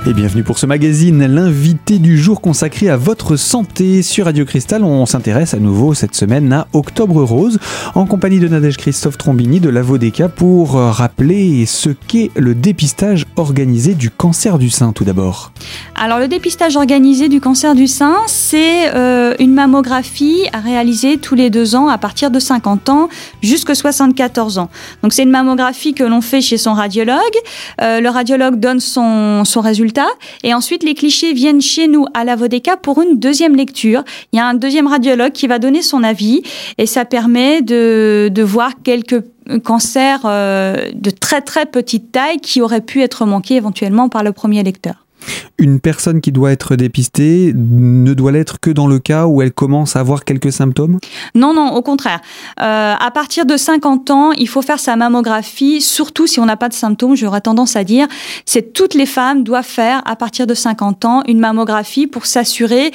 Et bienvenue pour ce magazine, l'invité du jour consacré à votre santé sur Radio Cristal. On s'intéresse à nouveau cette semaine à Octobre Rose, en compagnie de Nadège Christophe Trombini de l'Avodeka pour rappeler ce qu'est le dépistage organisé du cancer du sein tout d'abord. Alors le dépistage organisé du cancer du sein, c'est une mammographie à réaliser tous les 2 ans à partir de 50 ans jusqu'à 74 ans. Donc c'est une mammographie que l'on fait chez son radiologue. Le radiologue donne son résultat et ensuite les clichés viennent chez nous à l'Avodeka pour une deuxième lecture. Il y a un deuxième radiologue qui va donner son avis et ça permet de voir quelques cancers de très très petite taille qui auraient pu être manqués éventuellement par le premier lecteur. Une personne qui doit être dépistée ne doit l'être que dans le cas où elle commence à avoir quelques symptômes ? Non, au contraire. À partir de 50 ans, il faut faire sa mammographie, surtout si on n'a pas de symptômes, j'aurais tendance à dire. C'est toutes les femmes doivent faire, à partir de 50 ans, une mammographie pour s'assurer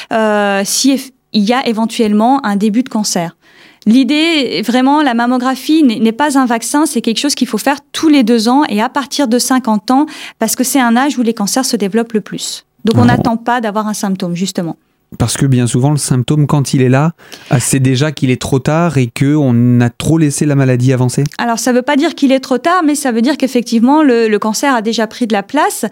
s'il y a éventuellement un début de cancer. L'idée, vraiment, la mammographie n'est pas un vaccin, c'est quelque chose qu'il faut faire tous les 2 ans et à partir de 50 ans, parce que c'est un âge où les cancers se développent le plus. Donc on n'attend pas d'avoir un symptôme, justement. Parce que bien souvent, le symptôme, quand il est là, c'est déjà qu'il est trop tard et qu'on a trop laissé la maladie avancer. Alors, ça ne veut pas dire qu'il est trop tard, mais ça veut dire qu'effectivement, le cancer a déjà pris de la place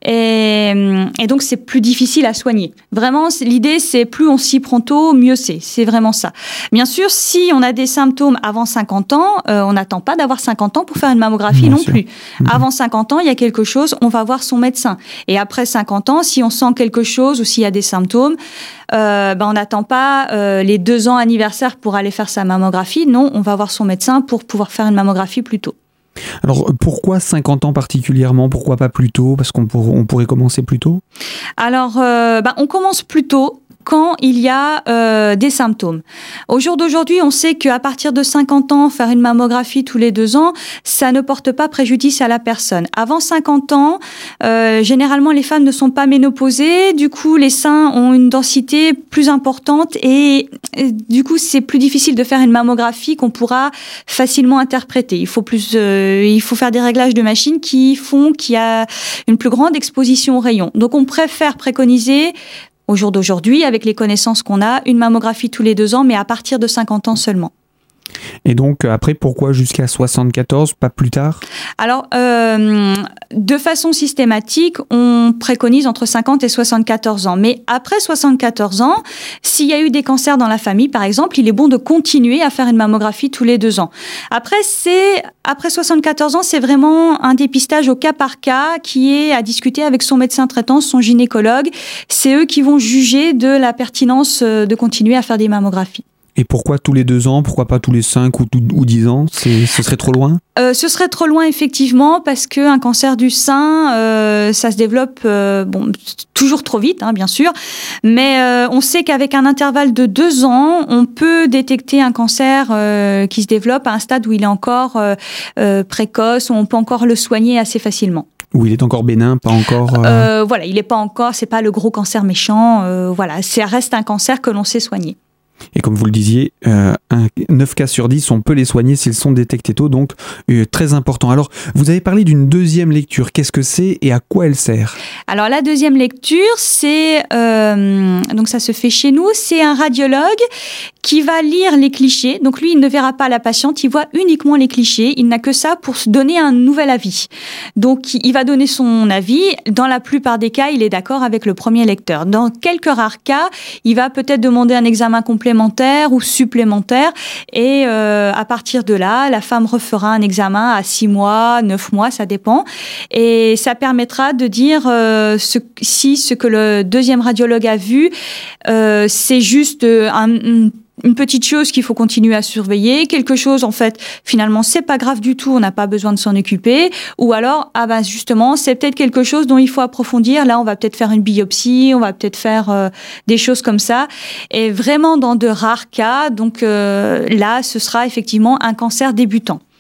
et donc c'est plus difficile à soigner. Vraiment, l'idée, c'est plus on s'y prend tôt, mieux c'est. C'est vraiment ça. Bien sûr, si on a des symptômes avant 50 ans, on n'attend pas d'avoir 50 ans pour faire une mammographie non plus. Avant 50 ans, il y a quelque chose, on va voir son médecin. Et après 50 ans, si on sent quelque chose ou s'il y a des symptômes, on n'attend pas les 2 ans anniversaires pour aller faire sa mammographie. Non, on va voir son médecin pour pouvoir faire une mammographie plus tôt. Alors, pourquoi 50 ans particulièrement ? Pourquoi pas plus tôt ? Parce qu'on pourrait commencer plus tôt ? Alors, on commence plus tôt quand il y a des symptômes. Au jour d'aujourd'hui, on sait qu'à partir de 50 ans, faire une mammographie tous les 2 ans, ça ne porte pas préjudice à la personne. Avant 50 ans, généralement, les femmes ne sont pas ménopausées. Du coup, les seins ont une densité plus importante et du coup, c'est plus difficile de faire une mammographie qu'on pourra facilement interpréter. Il faut faire des réglages de machines qui font qu'il y a une plus grande exposition aux rayons. Donc, on préfère préconiser au jour d'aujourd'hui, avec les connaissances qu'on a, une mammographie tous les 2 ans, mais à partir de 50 ans seulement. Et donc, après, pourquoi jusqu'à 74, pas plus tard ? Alors, de façon systématique, on préconise entre 50 et 74 ans. Mais après 74 ans, s'il y a eu des cancers dans la famille, par exemple, il est bon de continuer à faire une mammographie tous les 2 ans. Après 74 ans, c'est vraiment un dépistage au cas par cas qui est à discuter avec son médecin traitant, son gynécologue. C'est eux qui vont juger de la pertinence de continuer à faire des mammographies. Et pourquoi tous les 2 ans ? Pourquoi pas tous les 5 ou 10 ans ? Ce serait trop loin ? Ce serait trop loin, effectivement, parce qu'un cancer du sein, ça se développe toujours trop vite, bien sûr. Mais on sait qu'avec un intervalle de 2 ans, on peut détecter un cancer qui se développe à un stade où il est encore précoce, où on peut encore le soigner assez facilement. Où il est encore bénin, pas encore... Voilà, il n'est pas encore, c'est pas le gros cancer méchant. Voilà, ça reste un cancer que l'on sait soigner. Et comme vous le disiez, 9 cas sur 10, on peut les soigner s'ils sont détectés tôt, donc très important. Alors, vous avez parlé d'une deuxième lecture. Qu'est-ce que c'est et à quoi elle sert ? Alors, la deuxième lecture, c'est... donc, ça se fait chez nous. C'est un radiologue qui va lire les clichés. Donc, lui, il ne verra pas la patiente, il voit uniquement les clichés. Il n'a que ça pour se donner un nouvel avis. Donc, il va donner son avis. Dans la plupart des cas, il est d'accord avec le premier lecteur. Dans quelques rares cas, il va peut-être demander un examen complémentaire ou supplémentaire et à partir de là, la femme refera un examen à 6 mois, 9 mois, ça dépend. Et ça permettra de dire si ce que le deuxième radiologue a vu, c'est juste une petite chose qu'il faut continuer à surveiller, quelque chose en fait finalement c'est pas grave du tout, on n'a pas besoin de s'en occuper, ou alors justement c'est peut-être quelque chose dont il faut approfondir, là on va peut-être faire une biopsie, on va peut-être faire des choses comme ça, et vraiment dans de rares cas, donc là ce sera effectivement un cancer débutant.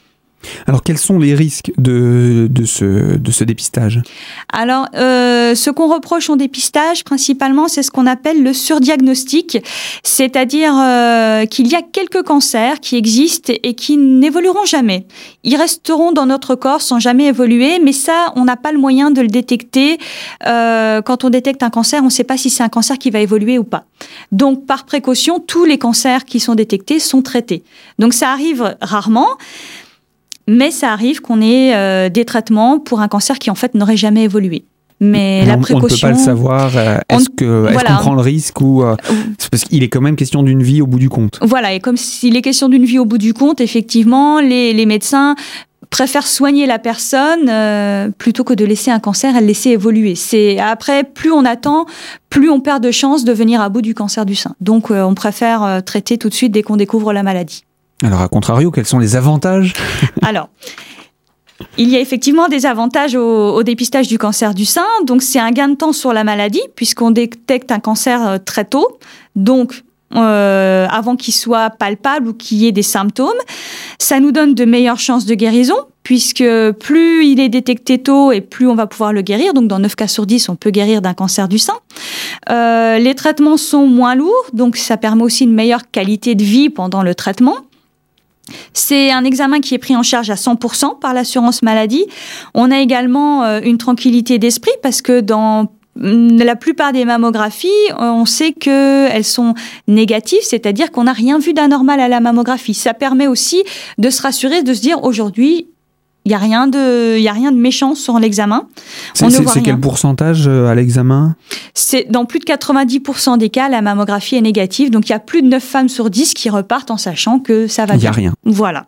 Alors, quels sont les risques de ce dépistage ? Alors, ce qu'on reproche au dépistage, principalement, c'est ce qu'on appelle le surdiagnostic, c'est-à-dire qu'il y a quelques cancers qui existent et qui n'évolueront jamais. Ils resteront dans notre corps sans jamais évoluer, mais ça, on n'a pas le moyen de le détecter. Quand on détecte un cancer, on ne sait pas si c'est un cancer qui va évoluer ou pas. Donc, par précaution, tous les cancers qui sont détectés sont traités. Donc, ça arrive rarement. Mais ça arrive qu'on ait des traitements pour un cancer qui, en fait, n'aurait jamais évolué. Mais la précaution... On ne peut pas le savoir. Est-ce qu'on prend le risque ou... c'est parce qu'il est quand même question d'une vie au bout du compte. Voilà, et comme s'il est question d'une vie au bout du compte, effectivement, les médecins préfèrent soigner la personne plutôt que de laisser un cancer et le laisser évoluer. Après, plus on attend, plus on perd de chances de venir à bout du cancer du sein. Donc, on préfère traiter tout de suite dès qu'on découvre la maladie. Alors, à contrario, quels sont les avantages ? Alors, il y a effectivement des avantages au dépistage du cancer du sein. Donc, c'est un gain de temps sur la maladie, puisqu'on détecte un cancer très tôt. Donc, avant qu'il soit palpable ou qu'il y ait des symptômes. Ça nous donne de meilleures chances de guérison, puisque plus il est détecté tôt et plus on va pouvoir le guérir. Donc, dans 9 cas sur 10, on peut guérir d'un cancer du sein. Les traitements sont moins lourds, donc ça permet aussi une meilleure qualité de vie pendant le traitement. C'est un examen qui est pris en charge à 100% par l'assurance maladie. On a également une tranquillité d'esprit parce que dans la plupart des mammographies, on sait qu'elles sont négatives, c'est-à-dire qu'on n'a rien vu d'anormal à la mammographie. Ça permet aussi de se rassurer, de se dire aujourd'hui, il n'y a rien de méchant sur l'examen. C'est quel pourcentage à l'examen ? C'est dans plus de 90% des cas, la mammographie est négative. Donc, il y a plus de 9 femmes sur 10 qui repartent en sachant que ça va bien. Il n'y a rien. Voilà.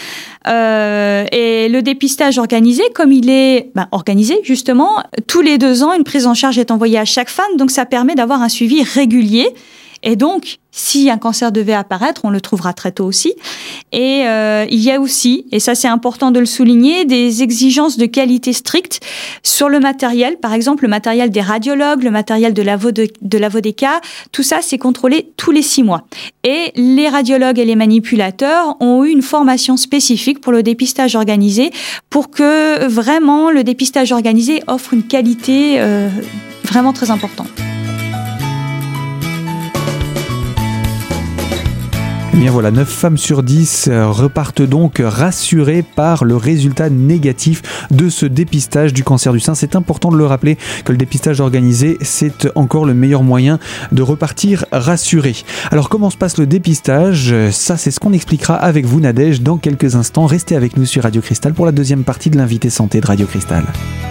Et le dépistage organisé, comme il est organisé, justement, tous les 2 ans, une prise en charge est envoyée à chaque femme. Donc, ça permet d'avoir un suivi régulier. Et donc, si un cancer devait apparaître, on le trouvera très tôt aussi. Et il y a aussi, et ça c'est important de le souligner, des exigences de qualité strictes sur le matériel. Par exemple, le matériel des radiologues, le matériel de la Vodeka, tout ça c'est contrôlé tous les 6 mois. Et les radiologues et les manipulateurs ont eu une formation spécifique pour le dépistage organisé pour que vraiment le dépistage organisé offre une qualité vraiment très importante. Eh bien voilà, 9 femmes sur 10 repartent donc rassurées par le résultat négatif de ce dépistage du cancer du sein. C'est important de le rappeler que le dépistage organisé, c'est encore le meilleur moyen de repartir rassuré. Alors comment se passe le dépistage ? Ça, c'est ce qu'on expliquera avec vous, Nadège, dans quelques instants. Restez avec nous sur Radio Cristal pour la deuxième partie de l'invité santé de Radio Cristal.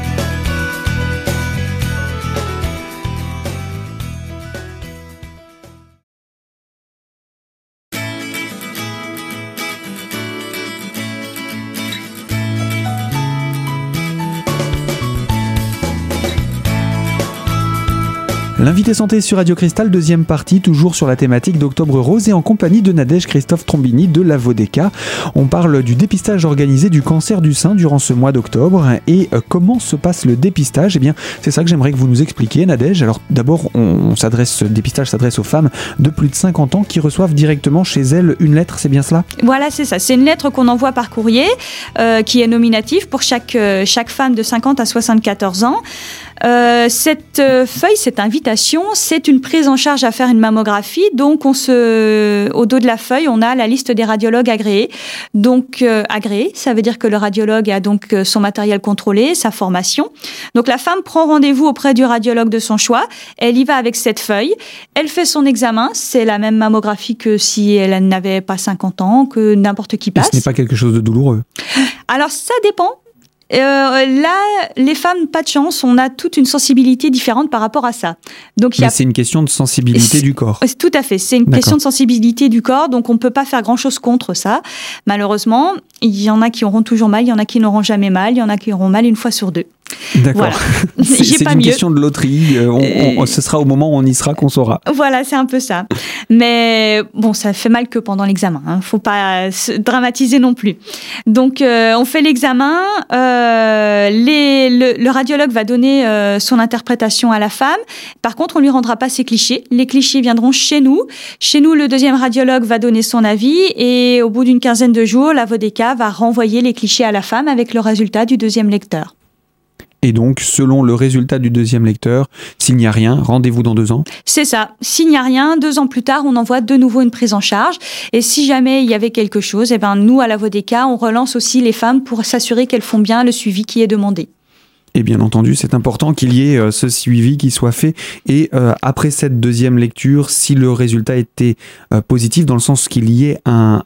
L'invité santé sur Radio Cristal, deuxième partie, toujours sur la thématique d'Octobre Rose et en compagnie de Nadège Christophe Trombini de la Vodeka. On parle du dépistage organisé du cancer du sein durant ce mois d'octobre et comment se passe le dépistage ? Eh bien, c'est ça que j'aimerais que vous nous expliquiez, Nadège. Alors d'abord, ce dépistage s'adresse aux femmes de plus de 50 ans qui reçoivent directement chez elles une lettre, c'est bien cela ? Voilà, c'est ça. C'est une lettre qu'on envoie par courrier qui est nominative pour chaque femme de 50 à 74 ans. Cette feuille, cette invitation, c'est une prise en charge à faire une mammographie. Donc, au dos de la feuille, on a la liste des radiologues agréés. Donc, agréés, ça veut dire que le radiologue a donc son matériel contrôlé, sa formation. Donc, la femme prend rendez-vous auprès du radiologue de son choix. Elle y va avec cette feuille. Elle fait son examen. C'est la même mammographie que si elle n'avait pas 50 ans, que n'importe qui passe. Ce n'est pas quelque chose de douloureux. Alors, ça dépend. Là, les femmes, pas de chance, on a toute une sensibilité différente par rapport à ça. Donc, mais c'est une question de sensibilité du corps. Tout à fait, c'est une question de sensibilité du corps, donc on ne peut pas faire grand-chose contre ça. Malheureusement, il y en a qui auront toujours mal, il y en a qui n'auront jamais mal, il y en a qui auront mal une fois sur 2. D'accord. Voilà. C'est une question de loterie. Ce sera au moment où on y sera qu'on saura. Voilà, c'est un peu ça. Mais bon, ça fait mal que pendant l'examen. Faut pas se dramatiser non plus. Donc, on fait l'examen. Le radiologue va donner son interprétation à la femme. Par contre, on lui rendra pas ses clichés. Les clichés viendront chez nous. Chez nous, le deuxième radiologue va donner son avis et au bout d'une quinzaine de jours, la VODECA va renvoyer les clichés à la femme avec le résultat du deuxième lecteur. Et donc, selon le résultat du deuxième lecteur, s'il n'y a rien, rendez-vous dans 2 ans ? C'est ça. S'il n'y a rien, 2 ans plus tard, on envoie de nouveau une prise en charge. Et si jamais il y avait quelque chose, nous, à la VODECA, on relance aussi les femmes pour s'assurer qu'elles font bien le suivi qui est demandé. Et bien entendu, c'est important qu'il y ait ce suivi qui soit fait. Et après cette deuxième lecture, si le résultat était positif, dans le sens qu'il y ait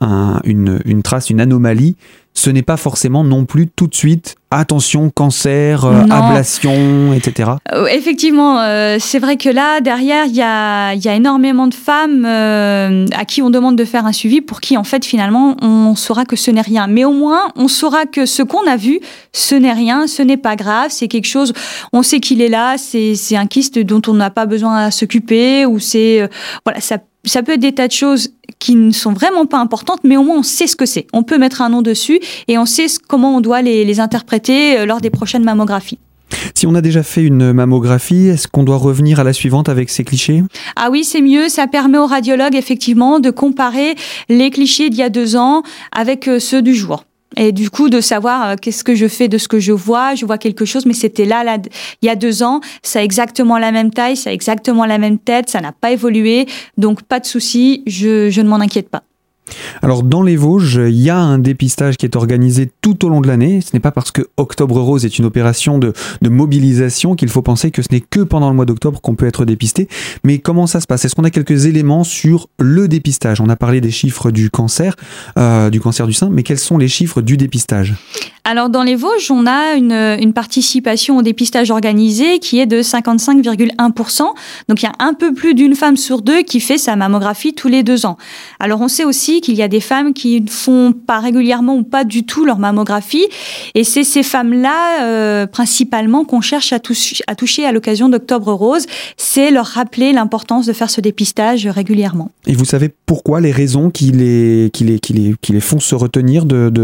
une trace, une anomalie, ce n'est pas forcément non plus tout de suite attention, cancer, ablation, etc. Effectivement, c'est vrai que là, derrière, il y a énormément de femmes à qui on demande de faire un suivi, pour qui, en fait, finalement, on saura que ce n'est rien. Mais au moins, on saura que ce qu'on a vu, ce n'est rien, ce n'est pas grave, c'est quelque chose, on sait qu'il est là, c'est un kyste dont on n'a pas besoin à s'occuper, ou c'est... voilà, ça peut être des tas de choses qui ne sont vraiment pas importantes, mais au moins on sait ce que c'est. On peut mettre un nom dessus et on sait comment on doit les interpréter lors des prochaines mammographies. Si on a déjà fait une mammographie, est-ce qu'on doit revenir à la suivante avec ces clichés ? Ah oui, c'est mieux. Ça permet aux radiologues, effectivement, de comparer les clichés d'il y a 2 ans avec ceux du jour. Et du coup, de savoir qu'est-ce que je fais de ce que je vois quelque chose, mais c'était là, il y a 2 ans, ça a exactement la même taille, ça a exactement la même tête, ça n'a pas évolué, donc pas de souci, je ne m'en inquiète pas. Alors dans les Vosges, il y a un dépistage qui est organisé tout au long de l'année. Ce n'est pas parce que Octobre Rose est une opération de mobilisation qu'il faut penser que ce n'est que pendant le mois d'octobre qu'on peut être dépisté. Mais comment ça se passe ? Est-ce qu'on a quelques éléments sur le dépistage ? On a parlé des chiffres du cancer du sein, mais quels sont les chiffres du dépistage ? Alors dans les Vosges, on a une participation au dépistage organisé qui est de 55,1%. Donc il y a un peu plus d'une femme sur 2 qui fait sa mammographie tous les 2 ans. Alors on sait aussi qu'il y a des femmes qui ne font pas régulièrement ou pas du tout leur mammographie. Et c'est ces femmes-là principalement qu'on cherche à toucher à l'occasion d'Octobre Rose. C'est leur rappeler l'importance de faire ce dépistage régulièrement. Et vous savez pourquoi, les raisons qui les font se retenir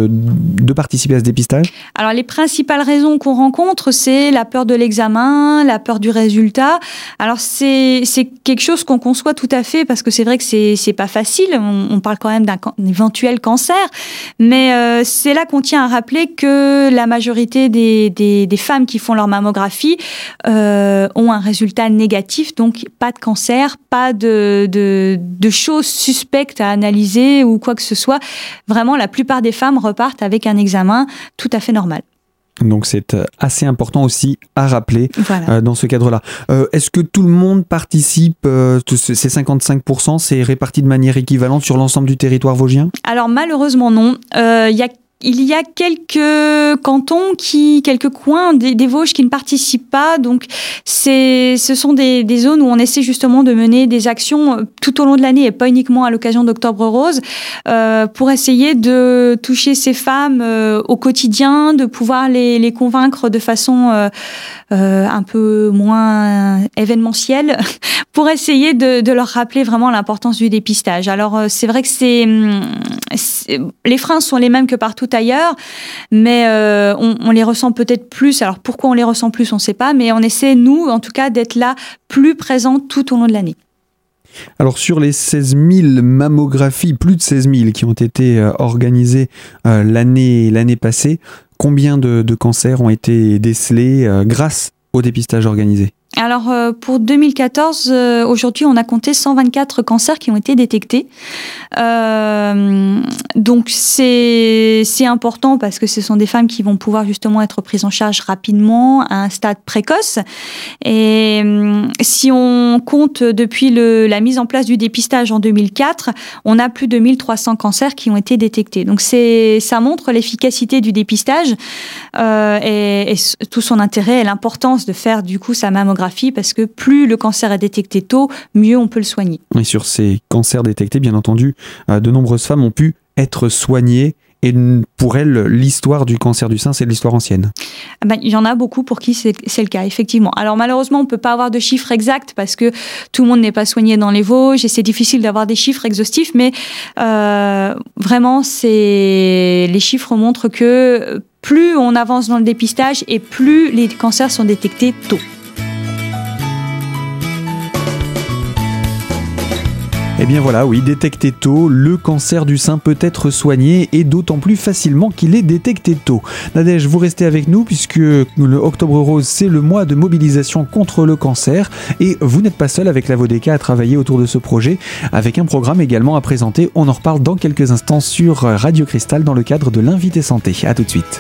de participer à ce dépistage ? Alors les principales raisons qu'on rencontre, c'est la peur de l'examen, la peur du résultat. Alors c'est quelque chose qu'on conçoit tout à fait, parce que c'est vrai que c'est pas facile. On parle quand même d'un éventuel cancer, mais c'est là qu'on tient à rappeler que la majorité des femmes qui font leur mammographie ont un résultat négatif, donc pas de cancer, pas de choses suspectes à analyser ou quoi que ce soit. Vraiment, la plupart des femmes repartent avec un examen tout à fait normal. Donc c'est assez important aussi à rappeler, voilà. Dans ce cadre-là. Est-ce que tout le monde participe, ces 55%, c'est réparti de manière équivalente sur l'ensemble du territoire vosgien ? Alors malheureusement non. Il y a quelques cantons, quelques coins des Vosges qui ne participent pas. Donc, ce sont des zones où on essaie justement de mener des actions tout au long de l'année et pas uniquement à l'occasion d'Octobre Rose, pour essayer de toucher ces femmes au quotidien, de pouvoir les convaincre de façon un peu moins événementielle, pour essayer de leur rappeler vraiment l'importance du dépistage. Alors, c'est vrai que les freins sont les mêmes que partout ailleurs, mais on les ressent peut-être plus. Alors pourquoi on les ressent plus, on ne sait pas, mais on essaie, nous, en tout cas, d'être là, plus présents tout au long de l'année. Alors sur les 16 000 mammographies, plus de 16 000 qui ont été organisées l'année passée, combien de cancers ont été décelés grâce au dépistage organisé ? Alors pour 2014, aujourd'hui, on a compté 124 cancers qui ont été détectés. Donc c'est important parce que ce sont des femmes qui vont pouvoir justement être prises en charge rapidement à un stade précoce. Et si on compte depuis la mise en place du dépistage en 2004, on a plus de 1300 cancers qui ont été détectés. Donc ça montre l'efficacité du dépistage et tout son intérêt et l'importance de faire du coup sa mammographie, parce que plus le cancer est détecté tôt, mieux on peut le soigner. Et sur ces cancers détectés, bien entendu, de nombreuses femmes ont pu être soignées Et pour elles, l'histoire du cancer du sein, c'est de l'histoire ancienne. Il y en a beaucoup pour qui c'est le cas, effectivement. Alors malheureusement, on ne peut pas avoir de chiffres exacts parce que tout le monde n'est pas soigné dans les Vosges et c'est difficile d'avoir des chiffres exhaustifs, mais vraiment, les chiffres montrent que plus on avance dans le dépistage et plus les cancers sont détectés tôt. Eh bien voilà, oui, détecté tôt, le cancer du sein peut être soigné et d'autant plus facilement qu'il est détecté tôt. Nadège, vous restez avec nous puisque le Octobre Rose, c'est le mois de mobilisation contre le cancer et vous n'êtes pas seul avec la Vodeka à travailler autour de ce projet avec un programme également à présenter. On en reparle dans quelques instants sur Radio Cristal dans le cadre de l'invité santé. À tout de suite.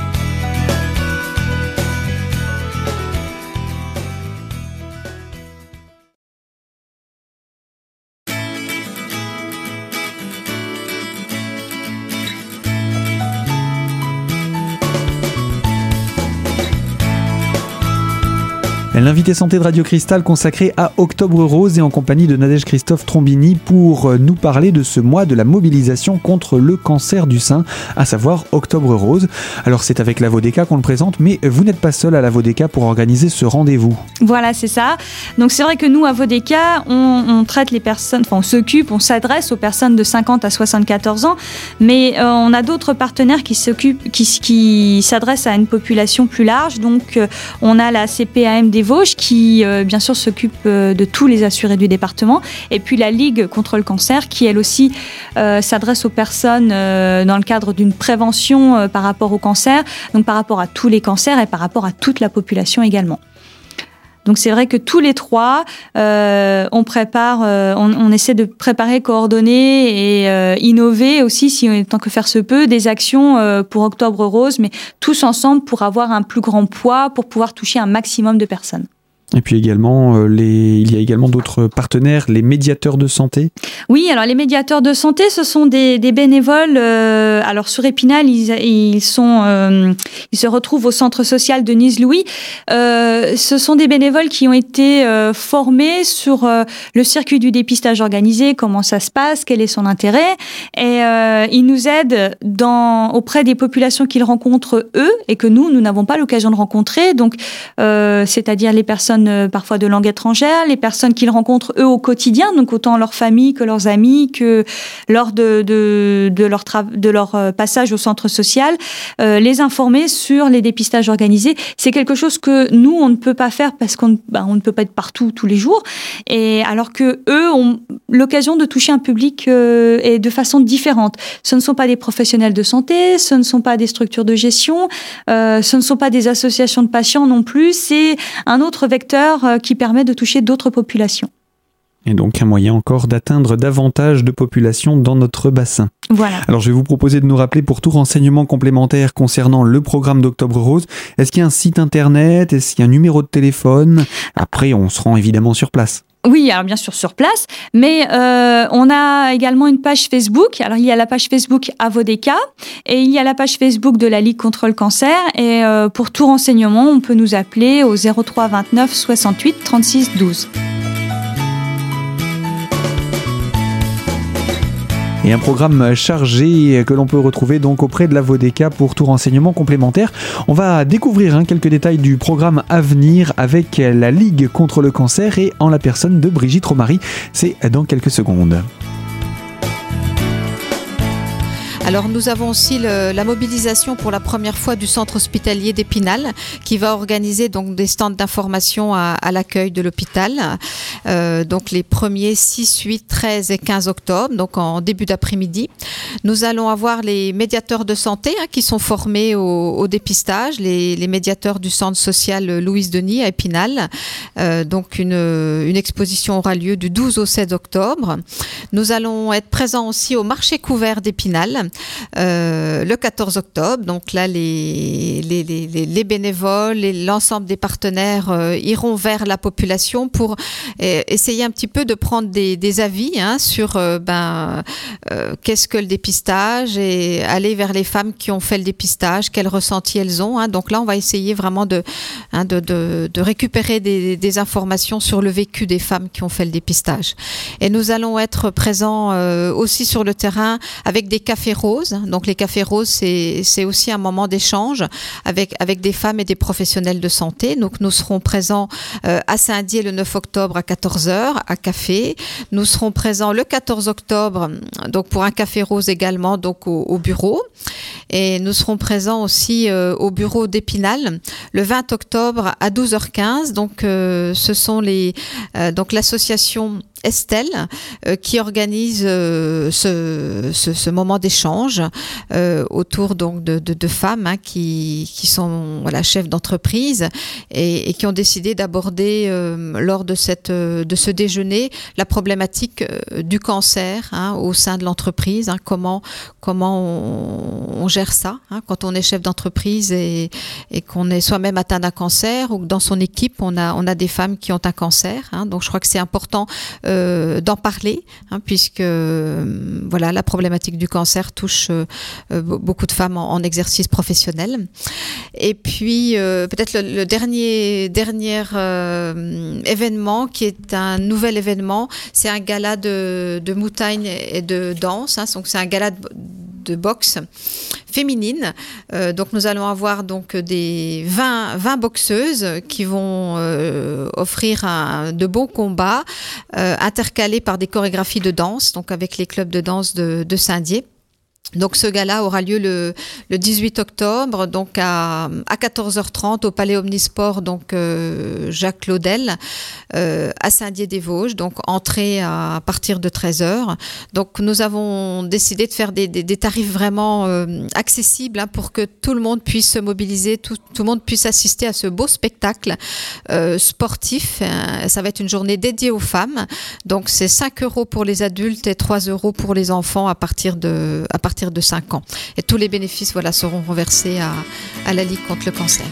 L'invité santé de Radio Cristal consacré à Octobre Rose et en compagnie de Nadège Christophe Trombini pour nous parler de ce mois de la mobilisation contre le cancer du sein, à savoir Octobre Rose. Alors c'est avec la Vodeka qu'on le présente, mais vous n'êtes pas seul à la Vodeka pour organiser ce rendez-vous. Voilà, c'est ça. Donc c'est vrai que nous à Vodeka, on traite les personnes, on s'adresse aux personnes de 50 à 74 ans, mais on a d'autres partenaires qui s'adressent à une population plus large. Donc on a la CPAM des Vosges qui bien sûr s'occupe de tous les assurés du département et puis la Ligue contre le cancer qui elle aussi s'adresse aux personnes dans le cadre d'une prévention par rapport au cancer, donc par rapport à tous les cancers et par rapport à toute la population également. Donc c'est vrai que tous les trois, on essaie de préparer, coordonner et innover aussi, si tant que faire se peut, des actions pour Octobre Rose, mais tous ensemble pour avoir un plus grand poids, pour pouvoir toucher un maximum de personnes. Et puis également, il y a également d'autres partenaires, les médiateurs de santé. Oui, alors les médiateurs de santé, ce sont des bénévoles. Alors sur Épinal, ils se retrouvent au centre social de Nice-Louis. Ce sont des bénévoles qui ont été formés sur le circuit du dépistage organisé, comment ça se passe, quel est son intérêt. Et ils nous aident auprès des populations qu'ils rencontrent eux et que nous n'avons pas l'occasion de rencontrer. Donc, c'est-à-dire les personnes parfois de langue étrangère, les personnes qu'ils rencontrent eux au quotidien, donc autant leur famille que leurs amis, que lors de leur passage au centre social, les informer sur les dépistages organisés. C'est quelque chose que nous, on ne peut pas faire parce qu'on ne peut pas être partout tous les jours, et alors que eux ont l'occasion de toucher un public et de façon différente. Ce ne sont pas des professionnels de santé, ce ne sont pas des structures de gestion, ce ne sont pas des associations de patients non plus, c'est un autre vecteur qui permet de toucher d'autres populations. Et donc un moyen encore d'atteindre davantage de populations dans notre bassin. Voilà. Alors je vais vous proposer de nous rappeler pour tout renseignement complémentaire concernant le programme d'Octobre Rose. Est-ce qu'il y a un site internet? Est-ce qu'il y a un numéro de téléphone? Après, on se rend évidemment sur place. Oui, alors bien sûr sur place, mais on a également une page Facebook. Alors il y a la page Facebook Avodeka et il y a la page Facebook de la Ligue contre le cancer. Et pour tout renseignement, on peut nous appeler au 03 29 68 36 12. Et un programme chargé que l'on peut retrouver donc auprès de la Vodeka pour tout renseignement complémentaire. On va découvrir quelques détails du programme à venir avec la Ligue contre le cancer et en la personne de Brigitte Romary. C'est dans quelques secondes. Alors nous avons aussi la mobilisation pour la première fois du centre hospitalier d'Épinal qui va organiser donc des stands d'information à l'accueil de l'hôpital. Donc les premiers 6, 8, 13 et 15 octobre, donc en début d'après-midi. Nous allons avoir les médiateurs de santé qui sont formés au dépistage, les médiateurs du centre social Louise Denis à Épinal. Donc une exposition aura lieu du 12 au 16 octobre. Nous allons être présents aussi au marché couvert d'Épinal le 14 octobre. Donc là, les bénévoles et l'ensemble des partenaires iront vers la population pour essayer un petit peu de prendre des avis sur qu'est-ce que le dépistage et aller vers les femmes qui ont fait le dépistage, quel ressenti elles ont. Donc là, on va essayer vraiment de récupérer des informations sur le vécu des femmes qui ont fait le dépistage. Et nous allons être présents aussi sur le terrain avec des cafés roses. Donc les cafés roses, c'est aussi un moment d'échange avec des femmes et des professionnels de santé. Donc nous serons présents à Saint-Dié le 9 octobre à 14h à café. Nous serons présents le 14 octobre donc pour un café rose également donc au bureau. Et nous serons présents aussi au bureau d'Épinal le 20 octobre à 12h15. Donc ce sont donc l'association Estelle qui organise ce moment d'échange autour donc de femmes qui sont chefs d'entreprise et qui ont décidé d'aborder lors de ce déjeuner la problématique du cancer au sein de l'entreprise. Comment on gère ça quand on est chef d'entreprise et qu'on est soi-même atteint d'un cancer ou que dans son équipe on a des femmes qui ont un cancer. Donc je crois que c'est important d'en parler, puisque la problématique du cancer touche beaucoup de femmes en exercice professionnel. Et puis peut-être le dernier événement qui est un nouvel événement, c'est un gala de moutagne et de danse. Donc c'est un gala de boxe féminine. Donc nous allons avoir donc des 20 boxeuses qui vont offrir de beaux combats intercalés par des chorégraphies de danse, donc avec les clubs de danse de Saint-Dié. Donc ce gala aura lieu le 18 octobre donc à 14h30 au Palais Omnisport donc Jacques Claudel à Saint-Dié-des-Vosges, donc entrée à partir de 13h. Donc nous avons décidé de faire des tarifs vraiment accessibles pour que tout le monde puisse se mobiliser, tout le monde puisse assister à ce beau spectacle sportif. Ça va être une journée dédiée aux femmes. Donc c'est 5 € pour les adultes et 3 € pour les enfants à partir de 5 ans. Et tous les bénéfices seront reversés à la Ligue contre le cancer.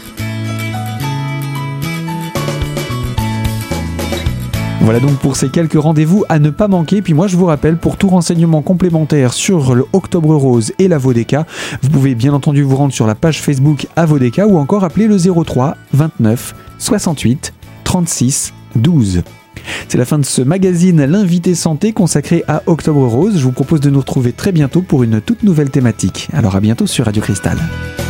Voilà donc pour ces quelques rendez-vous à ne pas manquer. Puis moi je vous rappelle, pour tout renseignement complémentaire sur le Octobre Rose et la Vodeka, vous pouvez bien entendu vous rendre sur la page Facebook à Vodeka ou encore appeler le 03 29 68 36 12. C'est la fin de ce magazine L'invité santé consacré à Octobre Rose. Je vous propose de nous retrouver très bientôt pour une toute nouvelle thématique. Alors à bientôt sur Radio Cristal.